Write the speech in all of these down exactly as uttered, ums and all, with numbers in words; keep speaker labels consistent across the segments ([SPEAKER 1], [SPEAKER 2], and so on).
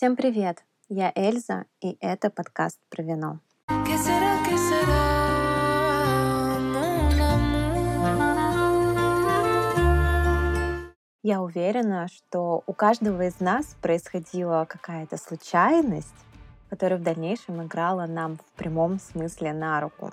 [SPEAKER 1] Всем привет! Я Эльза, и это подкаст про вино.
[SPEAKER 2] ¿Qué será, qué será, mon amour?
[SPEAKER 1] Я уверена, что у каждого из нас происходила какая-то случайность, которая в дальнейшем играла нам в прямом смысле на руку.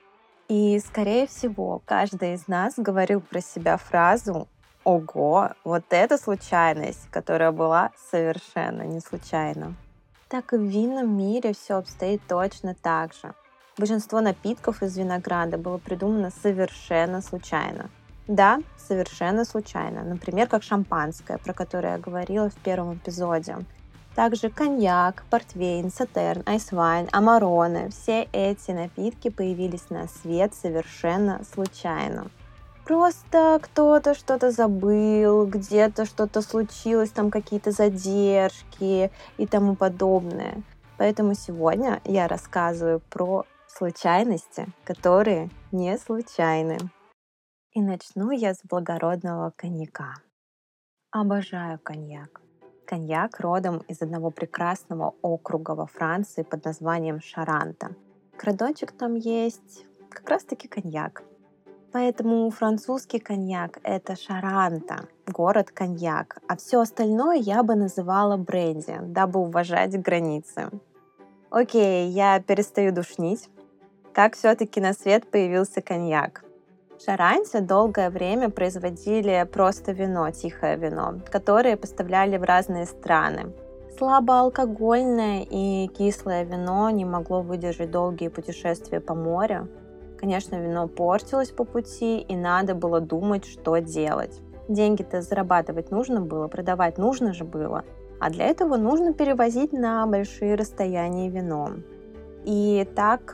[SPEAKER 1] И, скорее всего, каждый из нас говорил про себя фразу «Ого, вот эта случайность, которая была совершенно не случайна». Так и в винном мире все обстоит точно так же. Большинство напитков из винограда было придумано совершенно случайно. Да, совершенно случайно. Например, как шампанское, про которое я говорила в первом эпизоде. Также коньяк, портвейн, сатерн, айсвайн, амароне. Все эти напитки появились на свет совершенно случайно. Просто кто-то что-то забыл, где-то что-то случилось, там какие-то задержки и тому подобное. Поэтому сегодня я рассказываю про случайности, которые не случайны. И начну я с благородного коньяка. Обожаю коньяк. Коньяк родом из одного прекрасного округа во Франции под названием Шаранта. Крадочек там есть как раз-таки коньяк. Поэтому французский коньяк — это Шаранта, город коньяк, а все остальное я бы называла бренди, дабы уважать границы. Окей, я перестаю душнить. Как все-таки на свет появился коньяк? В Шаранте долгое время производили просто вино, тихое вино, которое поставляли в разные страны. Слабоалкогольное и кислое вино не могло выдержать долгие путешествия по морю. Конечно, вино портилось по пути, и надо было думать, что делать. Деньги-то зарабатывать нужно было, продавать нужно же было, а для этого нужно перевозить на большие расстояния вино. И так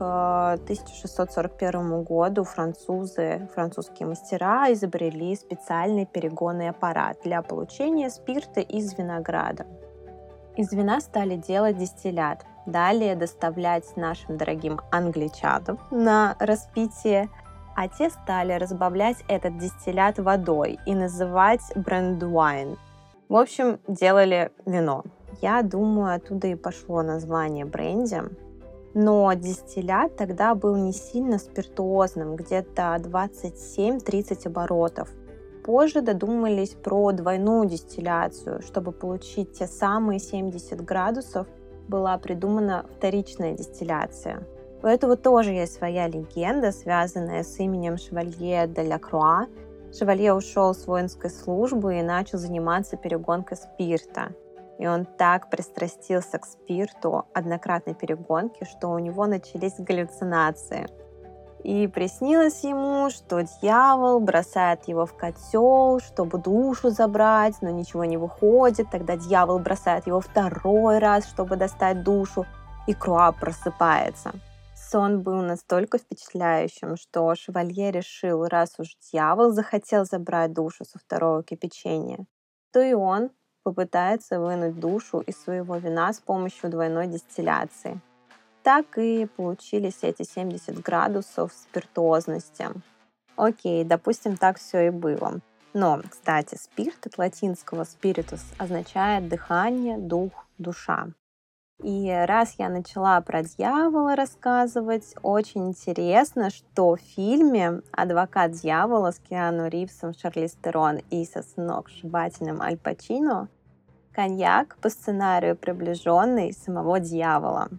[SPEAKER 1] к тысяча шестьсот сорок первому году французы, французские мастера изобрели специальный перегонный аппарат для получения спирта из винограда. Из вина стали делать дистиллят, далее доставлять нашим дорогим англичанам на распитие, а те стали разбавлять этот дистиллят водой и называть брендвайн. В общем, делали вино. Я думаю, оттуда и пошло название бренди. Но дистиллят тогда был не сильно спиртуозным, где-то двадцать семь - тридцать оборотов. Позже додумались про двойную дистилляцию. Чтобы получить те самые семьдесят градусов, была придумана вторичная дистилляция. У этого тоже есть своя легенда, связанная с именем Шевалье де ля Круа. Шевалье ушел с воинской службы и начал заниматься перегонкой спирта. И он так пристрастился к спирту однократной перегонки, что у него начались галлюцинации. И приснилось ему, что дьявол бросает его в котел, чтобы душу забрать, но ничего не выходит. Тогда дьявол бросает его второй раз, чтобы достать душу, и Круа просыпается. Сон был настолько впечатляющим, что Шевалье решил, раз уж дьявол захотел забрать душу со второго кипячения, то и он попытается вынуть душу из своего вина с помощью двойной дистилляции. Так и получились эти семьдесят градусов спиртуозности. Окей, допустим, так все и было. Но, кстати, спирт от латинского spiritus означает дыхание, дух, душа. И раз я начала про дьявола рассказывать, очень интересно, что в фильме «Адвокат дьявола» с Киану Ривзом, Шарлиз Терон и со сногсшибательным Аль Пачино коньяк по сценарию приближенный самого дьявола.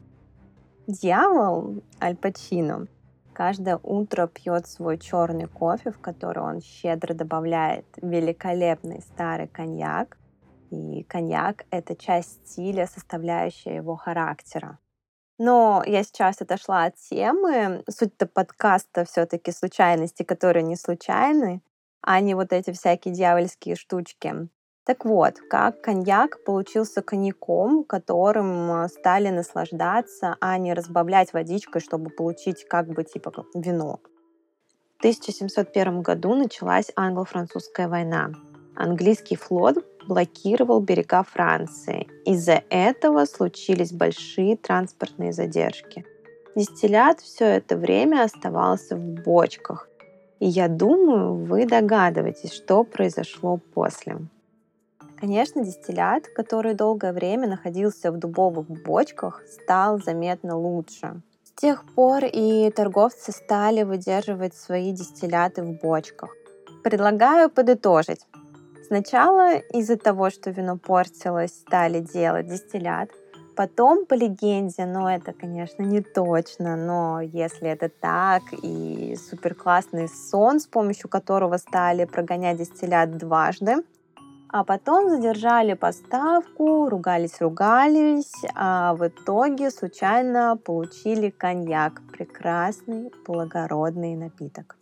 [SPEAKER 1] Дьявол, Аль Пачино, каждое утро пьет свой черный кофе, в который он щедро добавляет великолепный старый коньяк. И коньяк — это часть стиля, составляющая его характера. Но я сейчас отошла от темы. Суть-то подкаста все-таки случайности, которые не случайны, а не вот эти всякие дьявольские штучки. Так вот, как коньяк получился коньяком, которым стали наслаждаться, а не разбавлять водичкой, чтобы получить как бы типа как вино. В тысяча семьсот первом году началась англо-французская война. Английский флот блокировал берега Франции. Из-за этого случились большие транспортные задержки. Дистиллят все это время оставался в бочках. И я думаю, вы догадываетесь, что произошло после. Конечно, дистиллят, который долгое время находился в дубовых бочках, стал заметно лучше. С тех пор и торговцы стали выдерживать свои дистилляты в бочках. Предлагаю подытожить. Сначала из-за того, что вино портилось, стали делать дистиллят. Потом, по легенде, но это, конечно, не точно, но если это так, и суперклассный сон, с помощью которого стали прогонять дистиллят дважды, а потом задержали поставку, ругались-ругались, а в итоге случайно получили коньяк. Прекрасный, благородный напиток.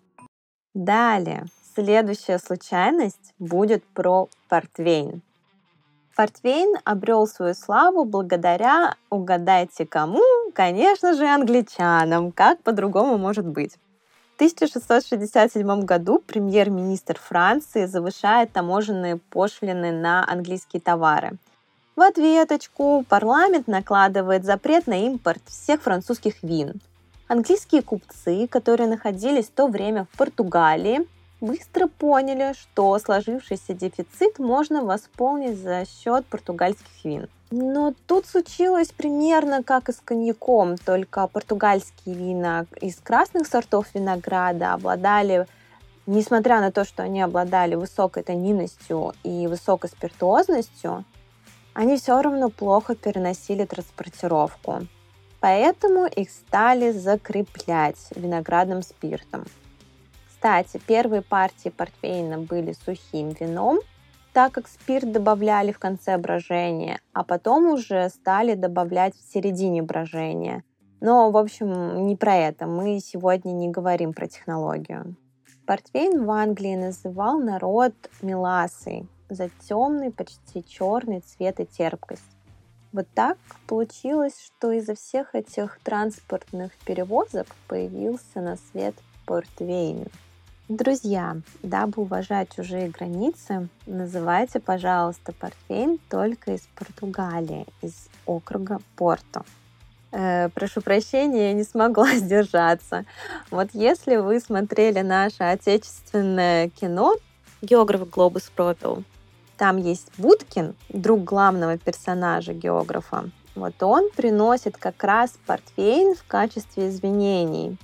[SPEAKER 1] Далее, следующая случайность будет про портвейн. Портвейн обрел свою славу благодаря, угадайте кому, конечно же, англичанам. Как по-другому может быть? В тысяча шестьсот шестьдесят седьмом году премьер-министр Франции завышает таможенные пошлины на английские товары. В ответочку парламент накладывает запрет на импорт всех французских вин. Английские купцы, которые находились в то время в Португалии, быстро поняли, что сложившийся дефицит можно восполнить за счет португальских вин. Но тут случилось примерно как и с коньяком, только португальские вина из красных сортов винограда обладали, несмотря на то, что они обладали высокой тонинностью и высокой спиртуозностью, они все равно плохо переносили транспортировку. Поэтому их стали закреплять виноградным спиртом. Кстати, первые партии портвейна были сухим вином, так как спирт добавляли в конце брожения, а потом уже стали добавлять в середине брожения. Но, в общем, не про это. Мы сегодня не говорим про технологию. Портвейн в Англии называл народ мелассой за темный, почти черный цвет и терпкость. Вот так получилось, что из-за всех этих транспортных перевозок появился на свет портвейн. Друзья, дабы уважать чужие границы, называйте, пожалуйста, портвейн только из Португалии, из округа Порту. Э, прошу прощения, я не смогла сдержаться. Вот если вы смотрели наше отечественное кино «Географ Глобус пропил», там есть Будкин, друг главного персонажа географа. Вот он приносит как раз портвейн в качестве извинений.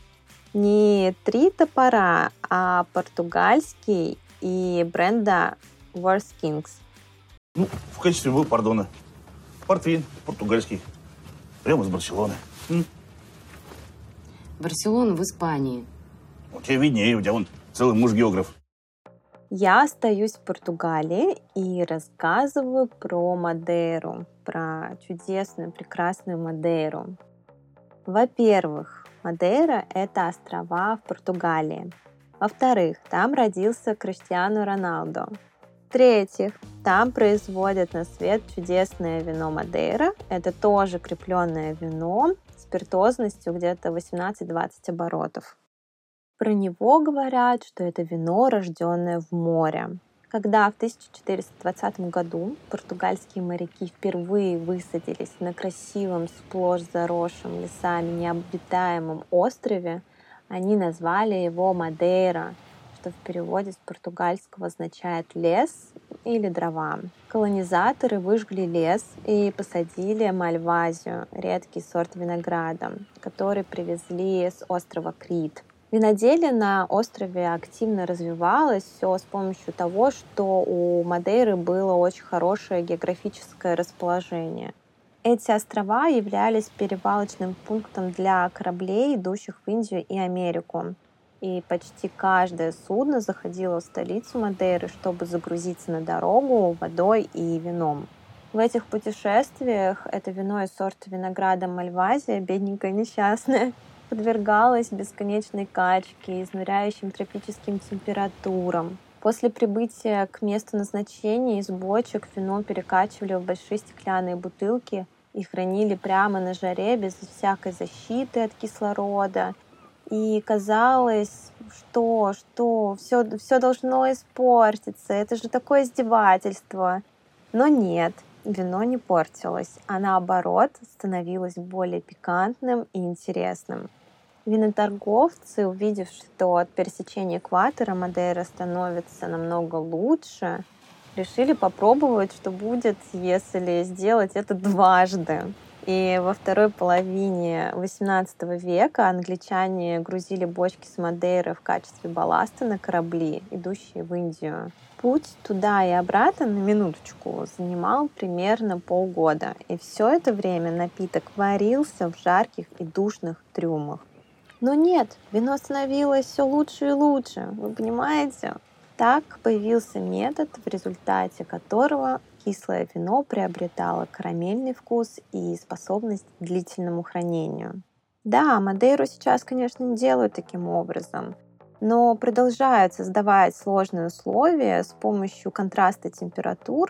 [SPEAKER 1] Не три топора, а португальский и бренда Worst Kings.
[SPEAKER 3] Ну, в качестве вы, пардона. Портвейн португальский. Прямо из Барселоны. М?
[SPEAKER 4] Барселона в Испании.
[SPEAKER 3] У тебя виднее, у тебя вон целый муж-географ.
[SPEAKER 1] Я остаюсь в Португалии и рассказываю про Мадейру, про чудесную, прекрасную Мадейру. Во-первых, Мадейра — это острова в Португалии. Во-вторых, там родился Криштиану Роналдо. В-третьих, там производят на свет чудесное вино Мадейра. Это тоже крепленное вино с спиртозностью где-то восемнадцать-двадцать оборотов. Про него говорят, что это вино, рожденное в море. Когда в тысяча четыреста двадцатом году португальские моряки впервые высадились на красивом, сплошь заросшем лесами необитаемом острове, они назвали его Мадейра, что в переводе с португальского означает «лес» или «дрова». Колонизаторы выжгли лес и посадили мальвазию, редкий сорт винограда, который привезли с острова Крит. Виноделие на острове активно развивалось все с помощью того, что у Мадейры было очень хорошее географическое расположение. Эти острова являлись перевалочным пунктом для кораблей, идущих в Индию и Америку. И почти каждое судно заходило в столицу Мадейры, чтобы загрузиться на дорогу водой и вином. В этих путешествиях это вино из сорта винограда Мальвазия, бедненькая несчастная, подвергалась бесконечной качке, изнуряющим тропическим температурам. После прибытия к месту назначения из бочек вино перекачивали в большие стеклянные бутылки и хранили прямо на жаре без всякой защиты от кислорода. И казалось, что, что все, все должно испортиться, это же такое издевательство. Но нет, вино не портилось, а наоборот становилось более пикантным и интересным. Виноторговцы, увидев, что от пересечения экватора Мадейра становится намного лучше, решили попробовать, что будет, если сделать это дважды. И во второй половине восемнадцатого века англичане грузили бочки с Мадейры в качестве балласта на корабли, идущие в Индию. Путь туда и обратно, на минуточку, занимал примерно полгода. И все это время напиток варился в жарких и душных трюмах. Но нет, вино становилось все лучше и лучше, вы понимаете? Так появился метод, в результате которого кислое вино приобретало карамельный вкус и способность к длительному хранению. Да, Мадейру сейчас, конечно, не делают таким образом, но продолжают создавать сложные условия с помощью контраста температур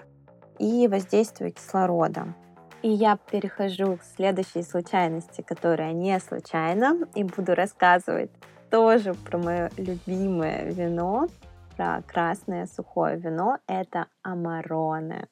[SPEAKER 1] и воздействия кислорода. И я перехожу к следующей случайности, которая не случайна, и буду рассказывать тоже про мое любимое вино, про красное сухое вино. Это Амароне.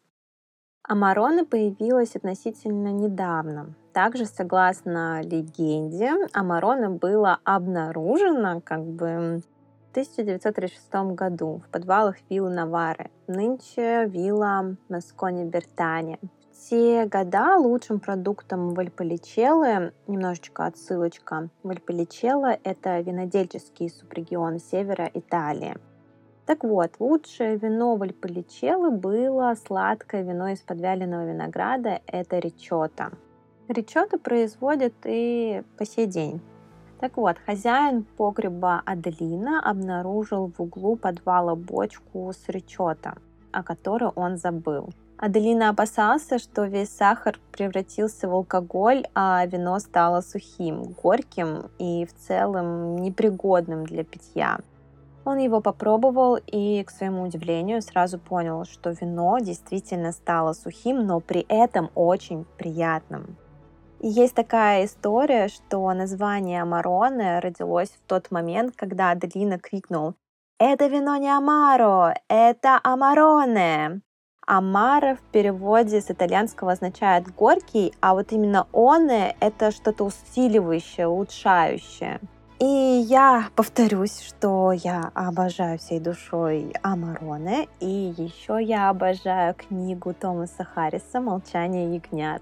[SPEAKER 1] Амароне появилась относительно недавно. Также, согласно легенде, Амароне было обнаружено как бы в тысяча девятьсот тридцать шестом году в подвалах виллы Навары, нынче вилла Маскони-Бертани. В те года лучшим продуктом Вальполичелло, немножечко отсылочка, Вальполичелло — это винодельческий субрегион севера Италии. Так вот, лучшее вино Вальполичелло было сладкое вино из подвяленного винограда, это ричотто. Ричотто производят и по сей день. Так вот, хозяин погреба Аделина обнаружил в углу подвала бочку с ричотто, о которой он забыл. Аделина опасался, что весь сахар превратился в алкоголь, а вино стало сухим, горьким и в целом непригодным для питья. Он его попробовал и, к своему удивлению, сразу понял, что вино действительно стало сухим, но при этом очень приятным. И есть такая история, что название Амароне родилось в тот момент, когда Аделина крикнул: «Это вино не Амаро, это Амароне!» Амаро в переводе с итальянского означает «горький», а вот именно «оне» — это что-то усиливающее, улучшающее. И я повторюсь, что я обожаю всей душой Амароне, и еще я обожаю книгу Томаса Харриса «Молчание ягнят».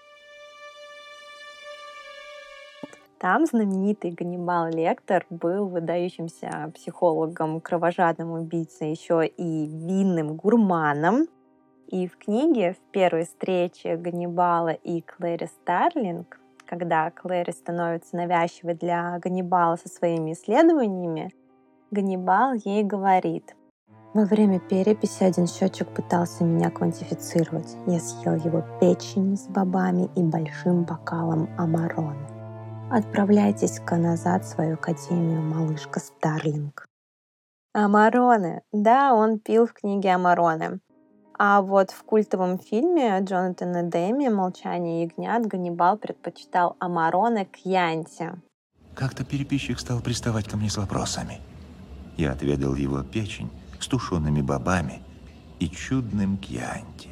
[SPEAKER 1] Там знаменитый Ганнибал Лектор был выдающимся психологом, кровожадным убийцей, еще и винным гурманом. И в книге в первой встрече Ганнибала и Клэри Старлинг, когда Клэри становится навязчивой для Ганнибала со своими исследованиями, Ганнибал ей говорит: «Во время переписи один счетчик пытался меня квантифицировать. Я съел его печень с бобами и большим бокалом Амароне. Отправляйтесь-ка назад в свою академию, малышка Старлинг». Амароне. Да, он пил в книге Амароне. А вот в культовом фильме Джонатана Демми «Молчание ягнят» Ганнибал предпочитал Амароне Кьянти.
[SPEAKER 4] Как-то переписчик стал приставать ко мне с вопросами. Я отведал его печень с тушеными бобами и чудным Кьянти.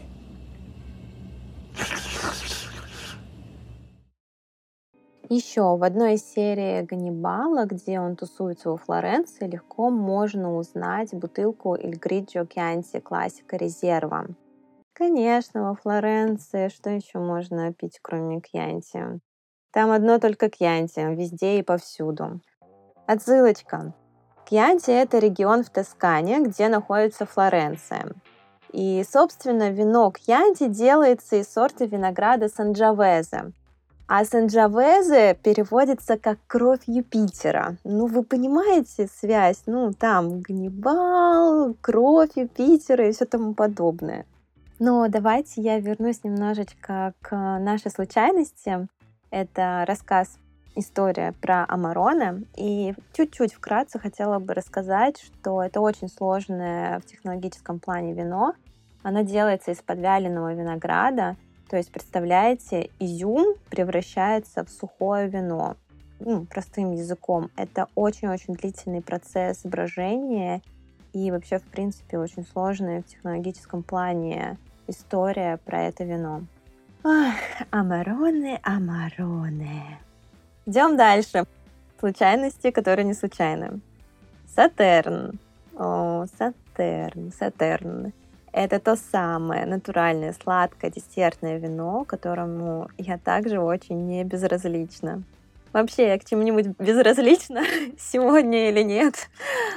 [SPEAKER 1] Еще в одной из серий Ганнибала, где он тусуется во Флоренции, легко можно узнать бутылку Il Grigio Chianti, классика резерва. Конечно, во Флоренции что еще можно пить, кроме Кьянти? Там одно только Кьянти, везде и повсюду. Отсылочка. Кьянти — это регион в Тоскане, где находится Флоренция. И, собственно, вино Кьянти делается из сорта винограда Санджавезе. А Санджавезе переводится как «кровь Юпитера». Ну, вы понимаете связь? Ну, там Ганнибал, кровь Юпитера и все тому подобное. Но давайте я вернусь немножечко к нашей случайности. Это рассказ, история про Амароне. И чуть-чуть вкратце хотела бы рассказать, что это очень сложное в технологическом плане вино. Оно делается из подвяленного винограда. То есть, представляете, изюм превращается в сухое вино. Ну, простым языком. Это очень-очень длительный процесс брожения и вообще, в принципе, очень сложная в технологическом плане история про это вино. Ах, Амароне, Амароне. Идем дальше. Случайности, которые не случайны. Сатерн. О, Сатерн, Сатерн. Это то самое натуральное сладкое десертное вино, которому я также очень не безразлична. Вообще, я к чему-нибудь безразлична сегодня или нет?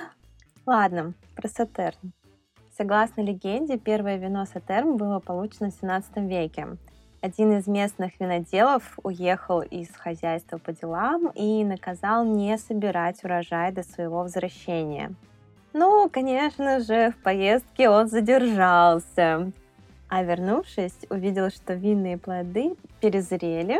[SPEAKER 1] Ладно, про Сатерн. Согласно легенде, первое вино Сатерн было получено в семнадцатом веке. Один из местных виноделов уехал из хозяйства по делам и наказал не собирать урожай до своего возвращения. Ну, конечно же, в поездке он задержался, а вернувшись, увидел, что винные плоды перезрели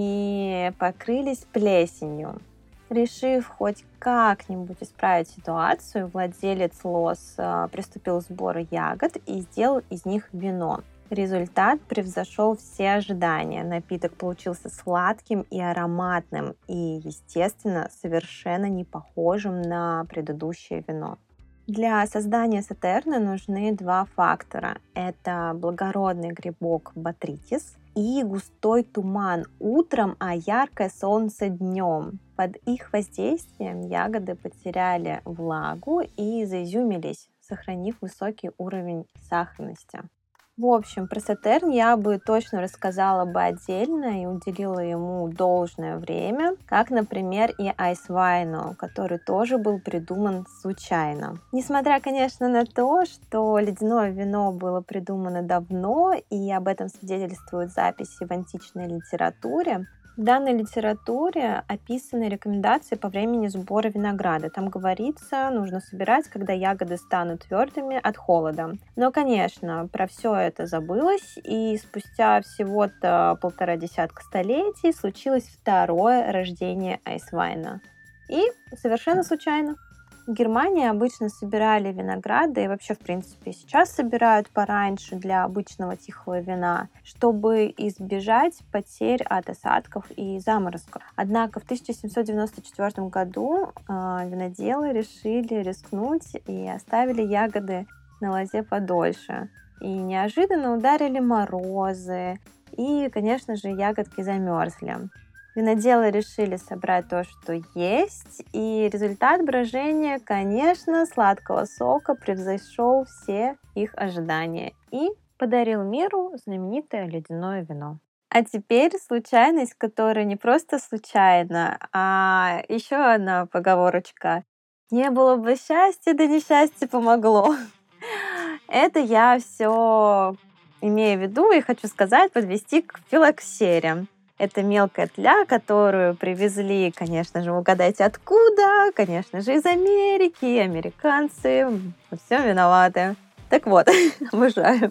[SPEAKER 1] и покрылись плесенью. Решив хоть как-нибудь исправить ситуацию, владелец лоз приступил к сбору ягод и сделал из них вино. Результат превзошел все ожидания. Напиток получился сладким и ароматным, и, естественно, совершенно не похожим на предыдущее вино. Для создания Сатерна нужны два фактора. Это благородный грибок ботритис и густой туман утром, а яркое солнце днем. Под их воздействием ягоды потеряли влагу и заизюмились, сохранив высокий уровень сахарности. В общем, про Сатерн я бы точно рассказала бы отдельно и уделила ему должное время, как, например, и Айсвайну, который тоже был придуман случайно. Несмотря, конечно, на то, что ледяное вино было придумано давно, и об этом свидетельствуют записи в античной литературе, в данной литературе описаны рекомендации по времени сбора винограда. Там говорится, нужно собирать, когда ягоды станут твердыми от холода. Но, конечно, про все это забылось, и спустя всего-то полтора десятка столетий случилось второе рождение Айсвайна. И совершенно случайно. В Германии обычно собирали виноград, да и вообще, в принципе, сейчас собирают пораньше для обычного тихого вина, чтобы избежать потерь от осадков и заморозков. Однако в тысяча семьсот девяносто четвёртом году э, виноделы решили рискнуть и оставили ягоды на лозе подольше. И неожиданно ударили морозы, и, конечно же, ягодки замерзли. Виноделы решили собрать то, что есть, и результат брожения, конечно, сладкого сока превзошел все их ожидания и подарил миру знаменитое ледяное вино. А теперь случайность, которая не просто случайна, а еще одна поговорочка. Не было бы счастья, да несчастье помогло. Это я все имею в виду и хочу сказать, подвести к филоксере. Это мелкая тля, которую привезли, конечно же, угадайте откуда, конечно же, из Америки. Американцы во всем виноваты. Так вот, обожаю.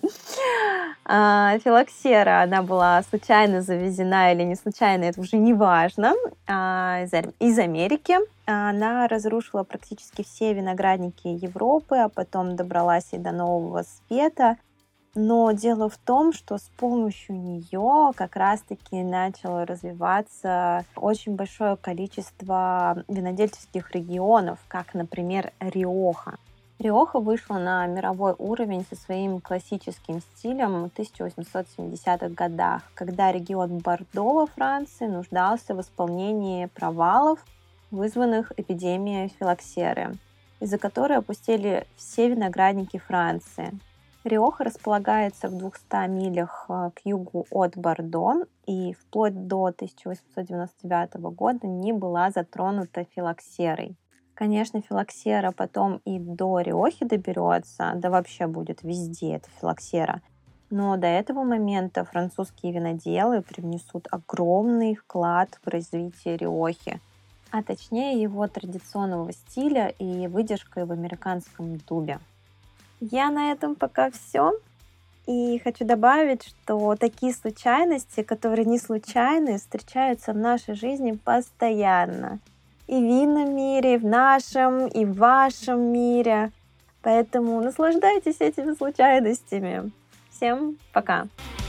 [SPEAKER 1] А, филоксера, она была случайно завезена или не случайно, это уже не важно. А, из, из Америки. Она разрушила практически все виноградники Европы, а потом добралась и до Нового Света. Но дело в том, что с помощью нее как раз-таки начало развиваться очень большое количество винодельческих регионов, как, например, Риоха. Риоха вышла на мировой уровень со своим классическим стилем в тысяча восемьсот семидесятых годах, когда регион Бордо во Франции нуждался в восполнении провалов, вызванных эпидемией филоксеры, из-за которой опустели все виноградники Франции. Риоха располагается в двухстах милях к югу от Бордо и вплоть до тысяча восемьсот девяносто девятого года не была затронута филоксерой. Конечно, филоксера потом и до Риохи доберется, да вообще будет везде эта филоксера. Но до этого момента французские виноделы привнесут огромный вклад в развитие Риохи, а точнее его традиционного стиля и выдержкой в американском дубе. Я на этом пока все. И хочу добавить, что такие случайности, которые не случайны, встречаются в нашей жизни постоянно. И в винном мире, и в нашем, и в вашем мире. Поэтому наслаждайтесь этими случайностями. Всем пока!